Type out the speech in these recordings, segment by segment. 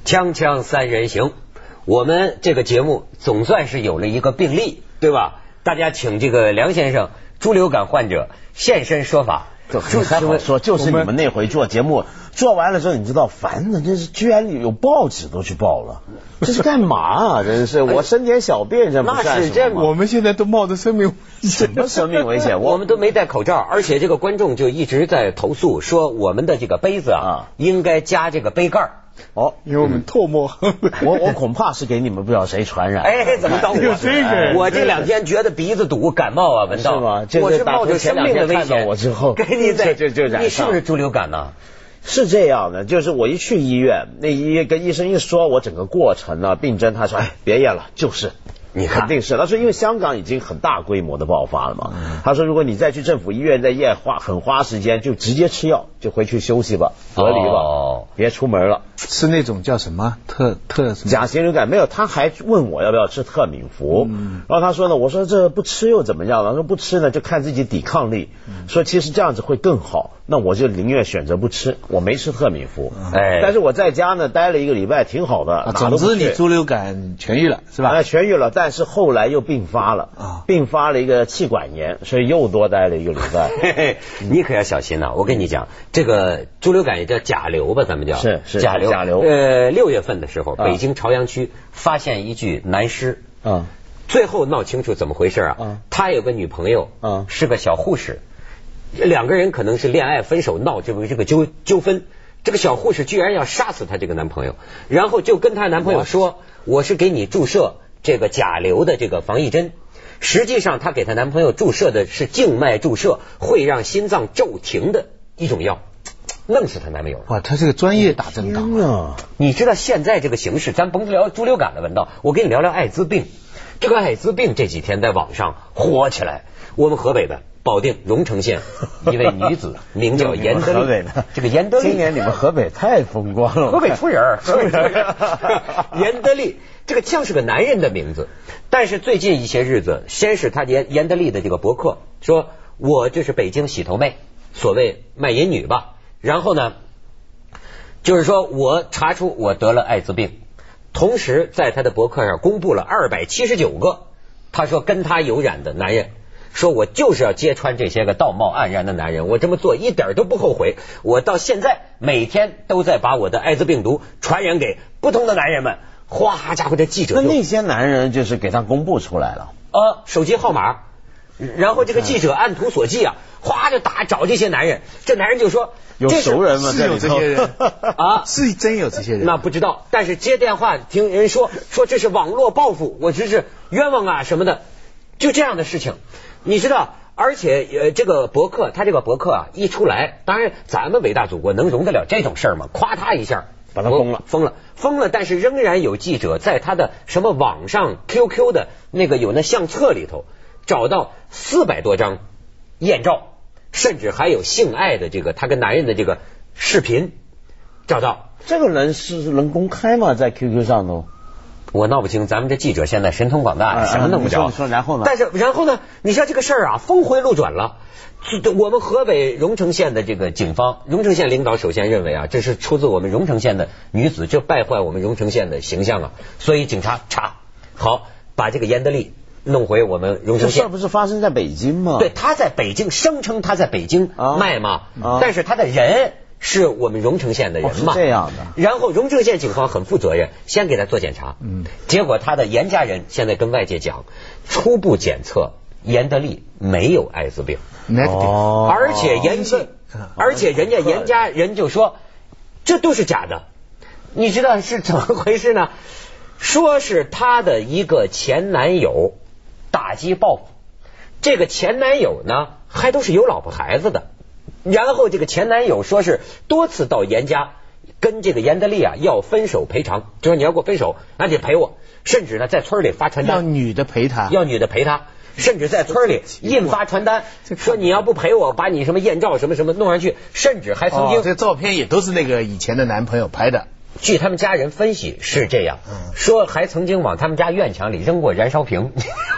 锵锵三人行，我们这个节目总算是有了一个病例，对吧？大家请这个梁先生，猪流感患者现身说法。 还好说，就是你们那回做节目做完了之后，你知道烦的，真是居然有报纸都去报了，这是干嘛啊？真是我生点小便这不算什么。 我们现在都冒着生命危险， 什么生命危险？ 我们都没戴口罩，而且这个观众就一直在投诉说我们的这个杯子应该加这个杯盖。 哦，因为我们唾沫， 我恐怕是给你们不知道谁传染。 哎，怎么到我这个？ 我这2天觉得鼻子堵，感冒啊，闻到是吗？ 我是冒着生命的危险。 我之后， 给你在就染上。 你是不是猪流感呢？ 是这样的，就是我一去医院，那跟医生一说我整个过程呢，病症，他说，哎，别验了，就是。 你肯定是，他说因为香港已经很大规模的爆发了嘛，他说如果你再去政府医院再验花时间，就直接吃药，就回去休息吧，隔离吧，别出门了。 吃那种叫什么特什么甲型流感没有，他还问我要不要吃特敏福，然后他说呢，我说这不吃又怎么样了？他说不吃呢就看自己抵抗力，说其实这样子会更好，那我就宁愿选择不吃，我没吃特敏福，但是我在家呢待了1个礼拜挺好的， 总之你猪流感痊愈了是吧？ 痊愈了。但是后来又并发了，并发了一个气管炎，所以又多待了1个礼拜。 你可要小心呐！我跟你讲，这个猪流感也叫甲流吧，咱们叫是甲流。6月份的时候，北京朝阳区发现一具男尸，最后闹清楚怎么回事啊？他有个女朋友，是个小护士，2个人可能是恋爱分手闹这个纠纷，这个小护士居然要杀死她这个男朋友，然后就跟她男朋友说，我是给你注射这个甲流的这个防疫针，实际上她给她男朋友注射的是静脉注射，会让心脏骤停的一种药，弄死她男朋友了。 哇，他这个专业打针党啊！ 你知道现在这个形势，咱甭聊猪流感的闻道，我跟你聊聊艾滋病。这个艾滋病这几天在网上火起来，我们河北的保定荣成县一位女子名叫严德利，这个严德利今年你们河北太风光了， 河北出人严德利这个像是个男人的名字，但是最近一些日子，先是他严德利的这个博客说，我就是北京洗头妹，所谓卖淫女吧，然后呢就是说我查出我得了艾滋病，同时在他的博客上公布了279个他说跟他有染的男人，说我就是要揭穿这些个道貌岸然的男人，我这么做一点都不后悔，我到现在每天都在把我的艾滋病毒传染给不同的男人们。哗家伙，这记者那些男人就是给他公布出来了手机号码，然后这个记者按图索骥哗就找这些男人，这男人就说有熟人吗？ 是有这些人是真有这些人， 那不知道，但是接电话听人说这是网络报复，我这是冤枉啊什么的，就这样的事情，你知道。而且这个博客，他这个博客一出来，当然咱们伟大祖国能容得了这种事儿吗？夸他一下把他封了， 但是仍然有记者在他的什么网上 QQ 的那个有那相册里头找到400多张艳照，甚至还有性爱的这个他跟男人的这个视频找到。 这个人是能公开吗？在 QQ 上头？ 我闹不清，咱们这记者现在神通广大，什么弄不着。 你说然后呢？ 但是然后呢？你说这个事儿峰回路转了。我们河北荣成县的这个警方，荣成县领导首先认为这是出自我们荣成县的女子，这败坏我们荣成县的形象所以警察查好，把这个严德利弄回我们荣成县。 这事不是发生在北京吗？ 对，他在北京声称他在北京卖嘛，但是他的人是我们荣成县的人嘛， 是这样的。 然后荣成县警方很负责任，先给他做检查，结果他的严家人现在跟外界讲，初步检测严德利没有艾滋病，而且人家严家人就说这都是假的。你知道是怎么回事呢？说是他的一个前男友打击报复，这个前男友呢还都是有老婆孩子的，然后这个前男友说是多次到严家跟这个严德利要分手赔偿，就说你要给我分手，那得赔我，甚至呢在村里发传单， 要女的陪他， 甚至在村里印发传单，说你要不赔我，把你什么艳照什么什么弄上去，甚至还曾经这照片也都是那个以前的男朋友拍的。 据他们家人分析是这样，说还曾经往他们家院墙里扔过燃烧瓶，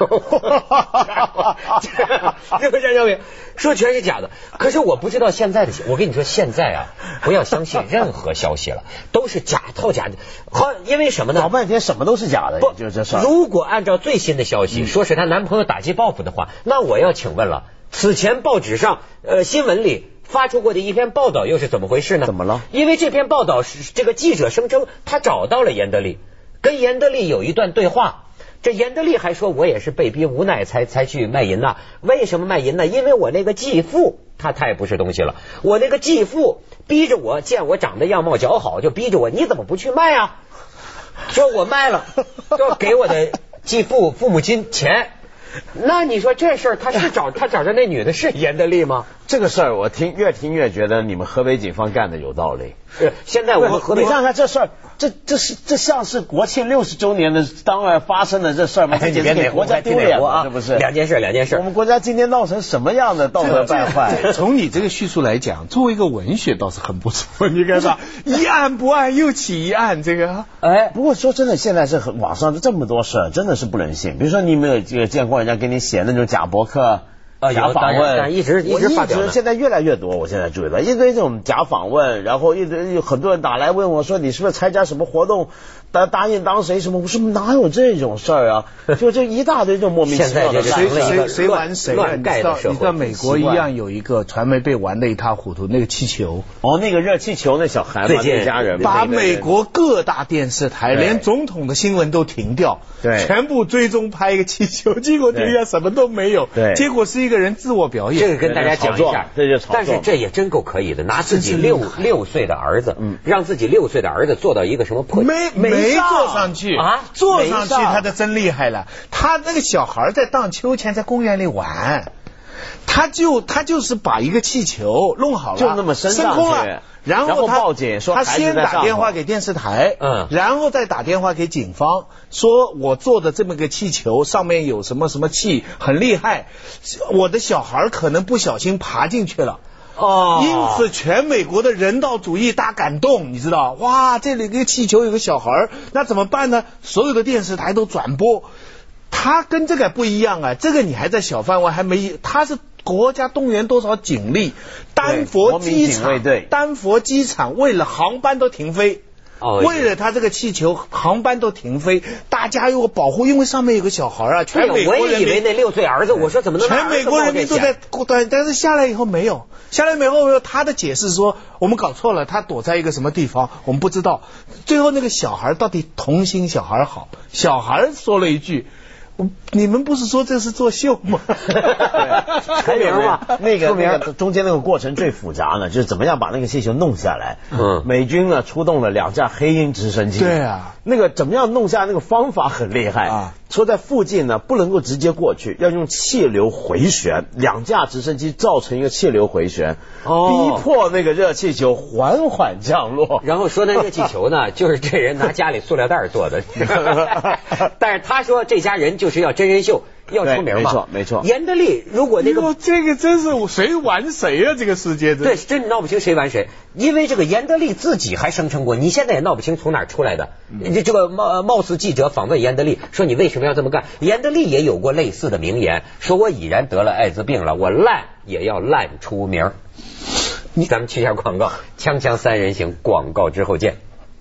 扔过燃烧瓶，说全是假的。可是我不知道现在的，我跟你说，现在啊，不要相信任何消息了，都是假套假的。好，因为什么呢？ 搞半天什么都是假的， 不， 就是这事儿。 如果按照最新的消息，说是她男朋友打击报复的话，那我要请问了，此前报纸上新闻里发出过的一篇报道又是怎么回事呢？ 怎么了？ 因为这篇报道是这个记者声称他找到了严德利，跟严德利有一段对话。这严德利还说，我也是被逼无奈才去卖淫呐。为什么卖淫呢？因为我那个继父他太不是东西了，我那个继父逼着我，见我长得样貌姣好，就逼着我，你怎么不去卖啊？说我卖了，就要给我的继父父母亲钱。那你说这事儿，他找着那女的是严德利吗？ 这个事儿我越听越觉得你们河北警方干的有道理。 是，现在我们河北， 你看看这事儿，这像是国庆60周年的当晚发生的这事儿吗？这简直给国家丢脸了，是不是？ 两件事。 我们国家今天闹成什么样的道德败坏？ 从你这个叙述来讲，作为一个文学倒是很不错。你看吧，一案不案又起一案，这个。 不过说真的，现在是网上这么多事儿，真的是不能信。比如说，你有没有见过人家给你写那种假博客？假访问， 但一直发表， 现在越来越多。我现在注意到一堆这种假访问，然后很多人打来问我说，你是不是参加什么活动，答应当谁什么？我说哪有这种事儿啊？就这一大堆这种莫名其妙的， 谁玩谁乱盖的社会。 你知道美国一样有一个传媒被玩得一塌糊涂，那个气球。 那个热气球那小孩嘛，那家人把美国各大电视台连总统的新闻都停掉， 对， 全部追踪拍一个气球，结果底下什么都没有， 对， 结果是一个人自我表演。 这个跟大家讲一下，但是这也真够可以的，拿自己六岁的儿子，让自己6岁的儿子做到一个什么破没坐上去啊，坐上去他就真厉害了。他那个小孩在荡秋千，在公园里玩，他就是把一个气球弄好了， 就那么升空了。 然后报警说他先打电话给电视台，然后再打电话给警方，说我做的这么个气球上面有什么什么气很厉害，我的小孩可能不小心爬进去了。因此全美国的人道主义大感动，你知道？哇，这里一个气球有个小孩，那怎么办呢？所有的电视台都转播。他跟这个不一样啊，这个你还在小范围，还没，他是国家动员多少警力，丹佛机场为了航班都停飞，为了他这个气球航班都停飞，大家又保护，因为上面有个小孩啊，全美国人民， 我也以为那6岁儿子，我说怎么能全美国人民都在对，但是下来以后没有，他的解释说我们搞错了，他躲在一个什么地方，我们不知道。最后那个小孩到底同情小孩好，小孩说了一句，你们不是说这是作秀吗？ 出名嘛，那个中间那个过程最复杂呢，就是怎么样把那个气球弄下来。美军呢出动了2架黑鹰直升机。 对啊， 那个怎么样弄下那个方法很厉害啊。说在附近呢不能够直接过去，要用气流回旋，2架直升机造成一个气流回旋，逼迫那个热气球缓缓降落。 然后说那热气球呢，就是这人拿家里塑料袋做的，但是他说这家人就是要真人秀，要出名嘛。 没错。 严德利如果那个这个真是谁玩谁啊？这个世界对，真闹不清谁玩谁。因为这个严德利自己还声称过，你现在也闹不清从哪儿出来的。这个貌似记者访问严德利说你为什么要这么干？严德利也有过类似的名言，说我已然得了艾滋病了，我烂也要烂出名。咱们去下广告，锵锵三人行，广告之后见。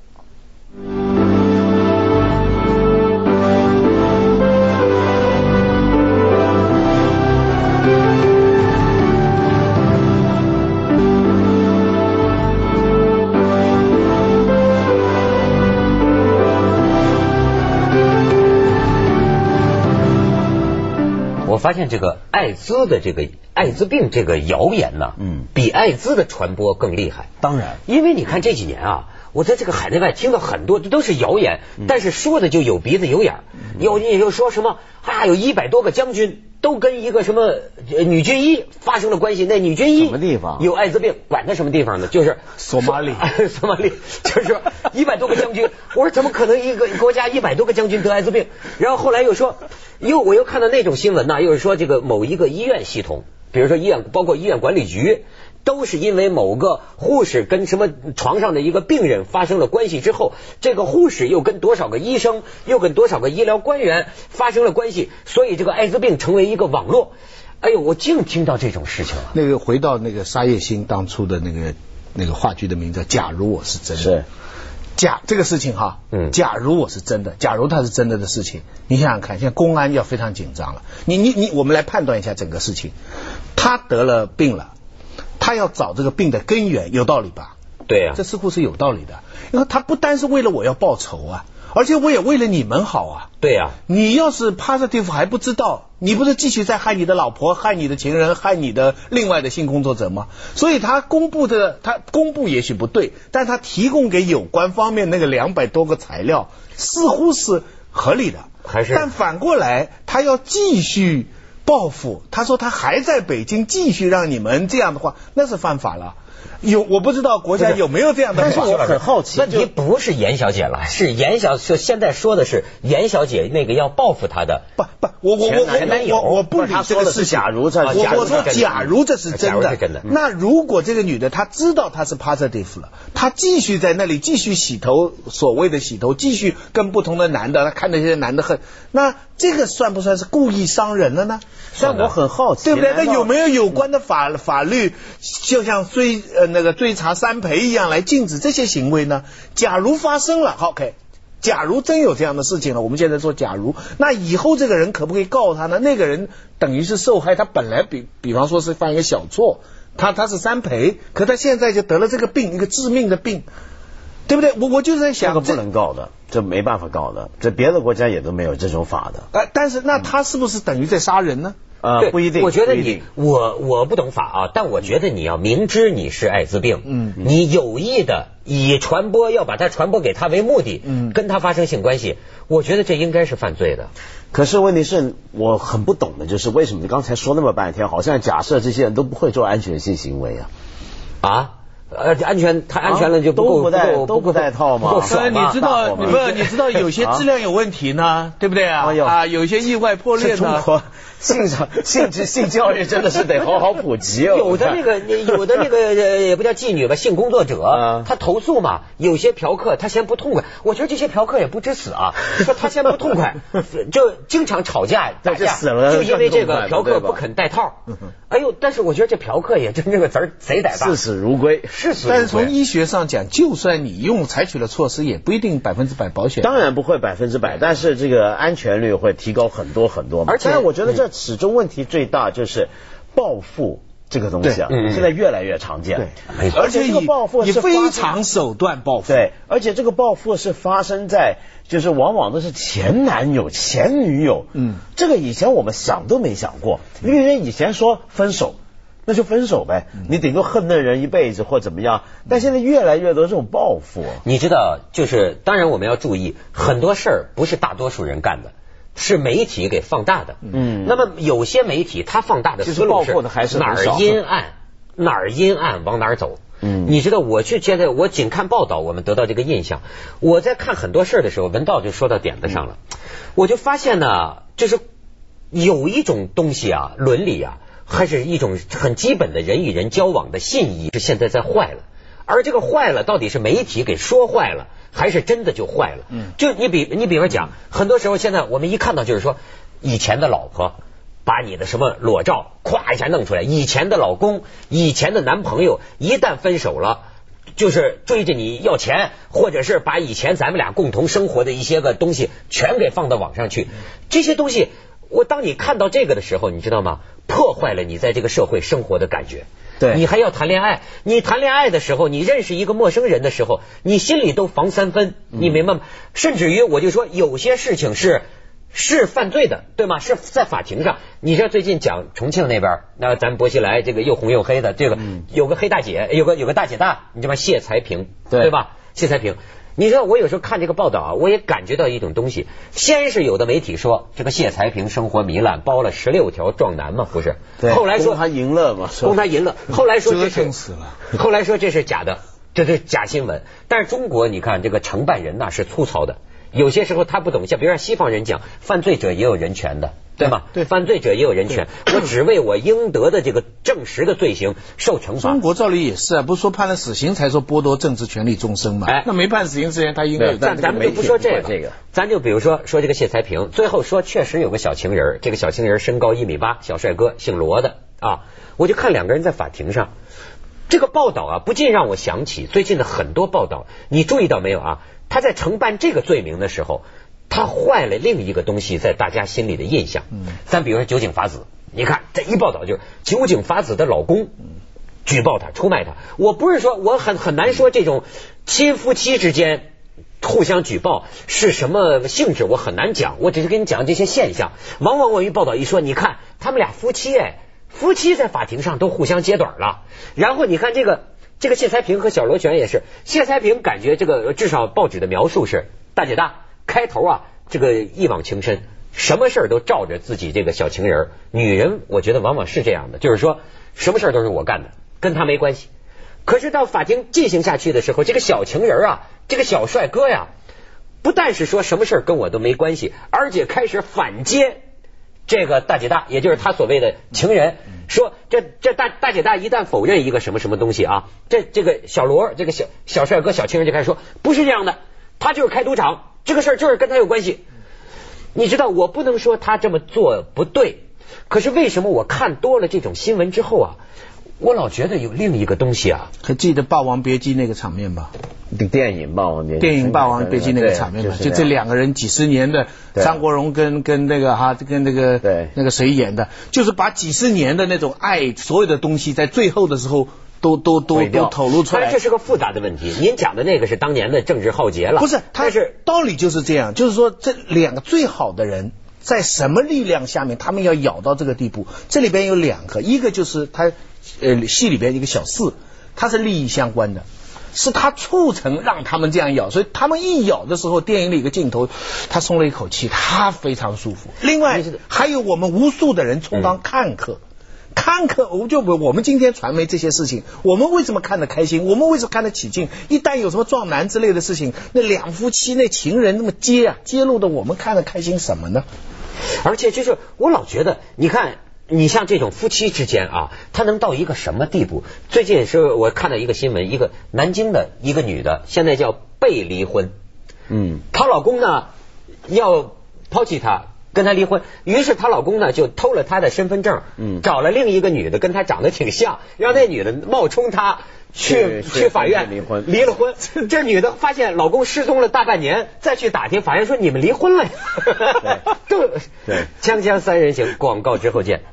我发现这个艾滋病这个谣言呢，比艾滋的传播更厉害。 当然， 因为你看这几年啊，我在这个海内外听到很多都是谣言，但是说的就有鼻子有眼儿。你就说什么有100多个将军都跟一个什么女军医发生了关系，那女军医什么地方有艾滋病，管他什么地方呢？就是索马里， 就是说100多个将军。我说怎么可能一个国家100多个将军得艾滋病？然后后来又说，我又看到那种新闻呢，又是说这个某一个医院系统，比如说包括医院管理局， 都是因为某个护士跟什么床上的一个病人发生了关系之后，这个护士又跟多少个医生又跟多少个医疗官员发生了关系，所以这个艾滋病成为一个网络。哎呦，我净听到这种事情了。 那个回到那个沙叶新当初的那个话剧的名字叫《假如我是真的》， 是这个事情哈，假如我是真的，假如它是真的的事情，你想想看，现在公安要非常紧张了。我们来判断一下整个事情，他得了病了，他要找这个病的根源，有道理吧？ 对啊， 这似乎是有道理的，因为他不单是为了我要报仇啊，而且我也为了你们好啊。 对啊， 你要是 positive 还不知道，你不是继续在害你的老婆、害你的情人、害你的另外的性工作者吗？所以他公布也许不对，但他提供给有关方面那个200多个材料，似乎是合理的。但反过来，他要继续报复，他说他还在北京继续让你们这样的话，那是犯法了。我不知道国家有没有这样的法， 但是我很好奇， 问题不是严小姐了，是严小姐现在说的是严小姐那个要报复她的前男友。 我不理这个事情。我说假如这是真的，那如果这个女的她知道她是 positive 了，她继续在那里继续洗头，所谓的洗头，继续跟不同的男的，她看那些男的恨，那这个算不算是故意伤人了呢？ 但我很好奇， 对不对？那有没有有关的法律，就像追查三陪一样来禁止这些行为呢？假如发生了 ，OK， 假如真有这样的事情了，我们现在说假如，那以后这个人可不可以告他呢？那个人等于是受害，他本来比方说是犯一个小错，他是三陪，可他现在就得了这个病，一个致命的病，对不对？我就在想， 这个不能告的，这没办法告的，这别的国家也都没有这种法的。 但是那他是不是等于在杀人呢？ 对， 不一定。 我觉得我不懂法啊，但我觉得你要明知你是艾滋病，你有意的以传播要把它传播给他为目的，跟他发生性关系，我觉得这应该是犯罪的。 可是问题是我很不懂的就是为什么你刚才说那么半天，好像假设这些人都不会做安全性行为啊？ 太安全了就不够都不带套吗？ 你知道有些质量有问题呢，对不对啊？有一些意外破裂呢。 性教育真的是得好好普及哦。 有的那个也不叫妓女吧，性工作者，他投诉嘛，有些嫖客他嫌不痛快，我觉得这些嫖客也不知死啊，说他嫌不痛快，就经常吵架打架，就因为这个嫖客不肯戴套。哎呦，但是我觉得这嫖客也真这个词儿贼歹吧， 视死如归。 但是从医学上讲，就算你采取了措施，也不一定100%保险。 当然不会100%，但是这个安全率会提高很多很多嘛。而且我觉得这始终问题最大就是报复这个东西啊，现在越来越常见。 对，而且这个报复是非常手段报复。 对，而且这个报复是发生在就是往往都是前男友、前女友。这个以前我们想都没想过，因为以前说分手。那就分手呗，你顶多恨那人一辈子或怎么样，但现在越来越多这种报复。 你知道，就是当然我们要注意，很多事儿不是大多数人干的，是媒体给放大的。那么有些媒体他放大的思路是哪儿阴暗往哪儿走。你知道，现在我仅看报道，我们得到这个印象。我在看很多事儿的时候，文道就说到点子上了，我就发现呢，就是有一种东西啊，伦理啊。还是一种很基本的人与人交往的信义，是现在在坏了。而这个坏了，到底是媒体给说坏了，还是真的就坏了？就你比方讲，很多时候现在我们一看到就是说，以前的老婆把你的什么裸照咵一下弄出来，以前的老公、以前的男朋友一旦分手了，就是追着你要钱，或者是把以前咱们俩共同生活的一些个东西全给放到网上去。这些东西，当你看到这个的时候，你知道吗？破坏了你在这个社会生活的感觉。 对， 你还要谈恋爱，你谈恋爱的时候，你认识一个陌生人的时候，你心里都防3分，你明白吗？甚至于我就说，有些事情是犯罪的，对吗？是在法庭上。你知道最近讲重庆那边，那咱薄熙来这个又红又黑的，这个有个黑大姐，有个大姐大，你知道吗？谢才平，对吧？谢才平。你知道我有时候看这个报道啊，我也感觉到一种东西。先是有的媒体说这个谢才平生活糜烂，包了16条壮男嘛，不是？ 对。 后来说他赢了嘛， 供他赢了。后来说后来说这是假的，这是假新闻。但是中国你看这个承办人呐是粗糙的，有些时候他不懂，像比如说西方人讲犯罪者也有人权的， 对吗？对，犯罪者也有人权，我只为我应得的这个证实的罪行受惩罚。 中国照理也是啊，不是说判了死刑才说剥夺政治权利终身嘛？那没判死刑之前他应该有。 咱们就不说这个，咱就比如说这个谢才平，最后说确实有个小情人，这个小情人身高1.8米，小帅哥，姓罗的啊。我就看两个人在法庭上，这个报道啊，不禁让我想起最近的很多报道。你注意到没有啊？他在承办这个罪名的时候，他坏了另一个东西在大家心里的印象。咱比如说酒井法子，你看这一报道就是酒井法子的老公举报他、出卖他。我不是说我很难说这种亲夫妻之间互相举报是什么性质，我很难讲。我只是跟你讲这些现象。往往我一报道一说，你看他们俩夫妻在法庭上都互相揭短了。然后你看这个谢才平和小罗旋也是，谢才平感觉这个至少报纸的描述是大姐大开头啊，这个一往情深，什么事都照着自己这个小情人。女人我觉得往往是这样的，就是说什么事都是我干的，跟他没关系。可是到法庭进行下去的时候，这个小情人啊，这个小帅哥呀，不但是说什么事跟我都没关系，而且开始反揭这个大姐大，也就是他所谓的情人，说这大姐大一旦否认一个什么什么东西啊，这个小罗这个小帅哥小情人就开始说不是这样的，他就是开赌场，这个事儿就是跟他有关系。你知道我不能说他这么做不对，可是为什么我看多了这种新闻之后啊，我老觉得有另一个东西啊。 还记得《霸王别姬》那个场面吧？ 电影《霸王别姬》 那个场面嘛，就这两个人几十年的张国荣跟那个谁演的，就是把几十年的那种爱，所有的东西在最后的时候都透露出来。 这是个复杂的问题。您讲的那个是当年的政治浩劫了， 不是？但是道理就是这样，就是说这两个最好的人在什么力量下面，他们要咬到这个地步？这里边有两个，一个就是他戏里边一个小四，他是利益相关的。是他促成让他们这样咬，所以他们一咬的时候，电影里一个镜头，他松了一口气，他非常舒服。另外还有我们无数的人充当看客，我们今天传媒这些事情，我们为什么看得开心？我们为什么看得起劲？一旦有什么撞男之类的事情，那两夫妻那情人那么揭露的，我们看得开心什么呢？ 而且就是我老觉得，你看。你像这种夫妻之间啊，他能到一个什么地步？最近是我看到一个新闻，一个南京的一个女的，现在叫被离婚。她老公呢要抛弃她，跟她离婚，于是她老公呢就偷了她的身份证，找了另一个女的跟她长得挺像，让那女的冒充她去法院离了婚。这女的发现老公失踪了大半年，再去打听，法院说你们离婚了呀。对，锵锵三人行，广告之后见。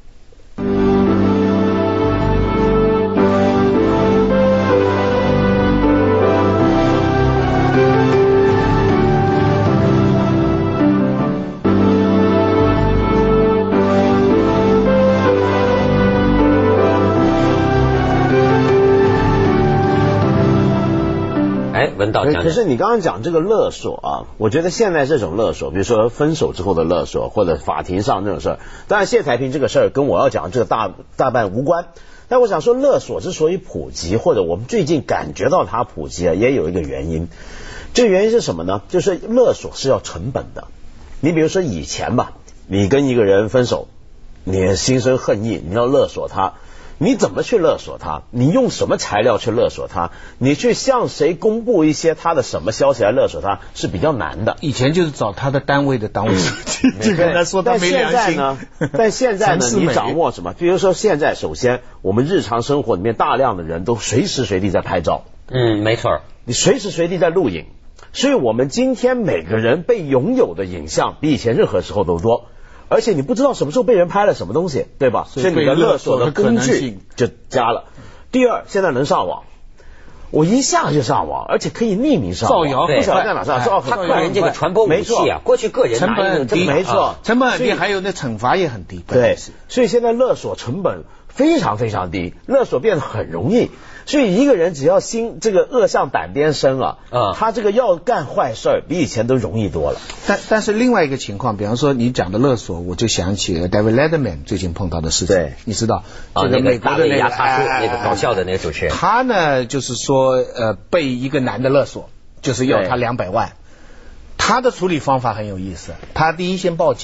可是你刚刚讲这个勒索啊，我觉得现在这种勒索，比如说分手之后的勒索，或者法庭上这种事儿，当然谢才平这个事儿跟我要讲这个大半无关。但我想说，勒索之所以普及，或者我们最近感觉到它普及啊，也有一个原因。这个原因是什么呢？就是勒索是要成本的。你比如说以前吧，你跟一个人分手，你心生恨意，你要勒索他。你怎么去勒索他？你用什么材料去勒索他？你去向谁公布一些他的什么消息来勒索他是比较难的。 以前就是找他的单位的党委书记，就跟他说他没良心。 但现在呢，你掌握什么？比如说现在，首先我们日常生活里面大量的人都随时随地在拍照， 没错， 你随时随地在录影，所以我们今天每个人被拥有的影像比以前任何时候都多。而且你不知道什么时候被人拍了什么东西，对吧？所以你的勒索的工具就加了。第二，现在能上网，我一下就上网，而且可以匿名上网， 造谣， 不晓得在哪上， 他个人这个传播武器啊，过去个人成本很低， 没错， 成本很低，还有那惩罚也很低。 对，所以现在勒索成本非常非常低，勒索变得很容易。所以一个人只要这个恶向胆边生啊，他这个要干坏事比以前都容易多了。 但是另外一个情况，比方说你讲的勒索，我就想起了 David Letterman 最近碰到的事情。 对， 你知道这个美国的那个那个搞笑的那个主持人， 他呢就是说被一个男的勒索，就是要他200万。他的处理方法很有意思，他第一先报警，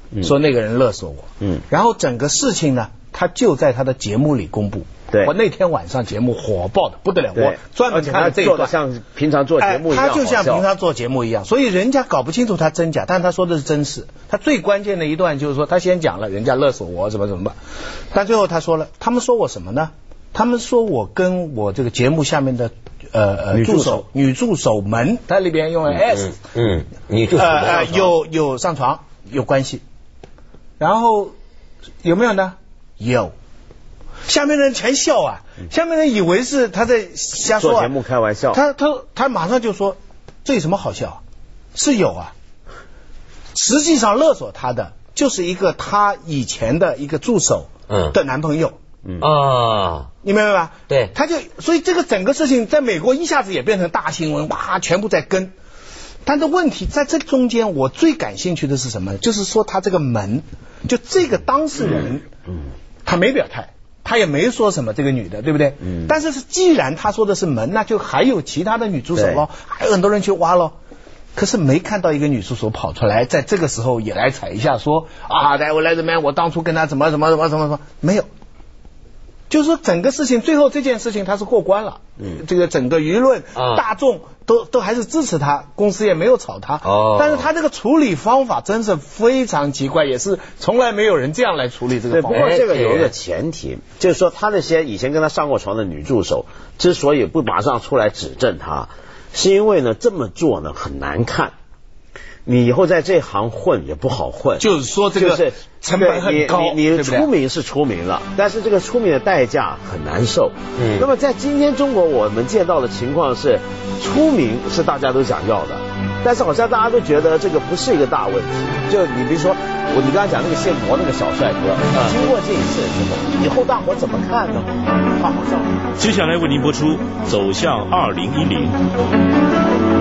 说那个人勒索我，然后整个事情呢，他就在他的节目里公布。 对， 我那天晚上节目火爆的不得了，我专门看了这一段， 像平常做节目一样， 他就像平常做节目一样，所以人家搞不清楚他真假，但是他说的是真事。他最关键的一段就是说，他先讲了人家勒索我怎么，但最后他说了，他们说我什么呢？他们说我跟我这个节目下面的女助手们，他里边用了 S， 女助手有上床有关系，然后有没有呢？有。下面的人全笑啊，下面人以为是他在瞎说做节目开玩笑， 他马上就说这有什么好笑？是有啊，实际上勒索他的就是一个他以前的一个助手的男朋友。你明白吧？ 对， 所以这个整个事情在美国一下子也变成大新闻，哇，全部在跟。但是问题在这中间，我最感兴趣的是什么？就是说他这个门，就这个当事人，他没表态。他也没说什么这个女的，对不对？但是既然他说的是门，那就还有其他的女助手咯，还有很多人去挖咯。可是没看到一个女助手跑出来，在这个时候也来踩一下，说啊，我来这边，我当初跟他怎么，没有。就是说整个事情最后这件事情他是过关了，这个整个舆论大众都还是支持他，公司也没有炒他，但是他这个处理方法真是非常奇怪，也是从来没有人这样来处理这个方法。 不过这个有一个前提，就是说他那些以前跟他上过床的女助手之所以不马上出来指证他，是因为呢这么做呢很难看，你以后在这行混也不好混， 就是说这个成本很高， 你出名是出名了，但是这个出名的代价很难受。那么在今天中国我们见到的情况是，出名是大家都想要的，但是好像大家都觉得这个不是一个大问题。就你比如说你刚才讲那个献魔那个小帅哥，经过这一次之后，以后大伙怎么看呢？他好像接下来为您播出《走向2010》。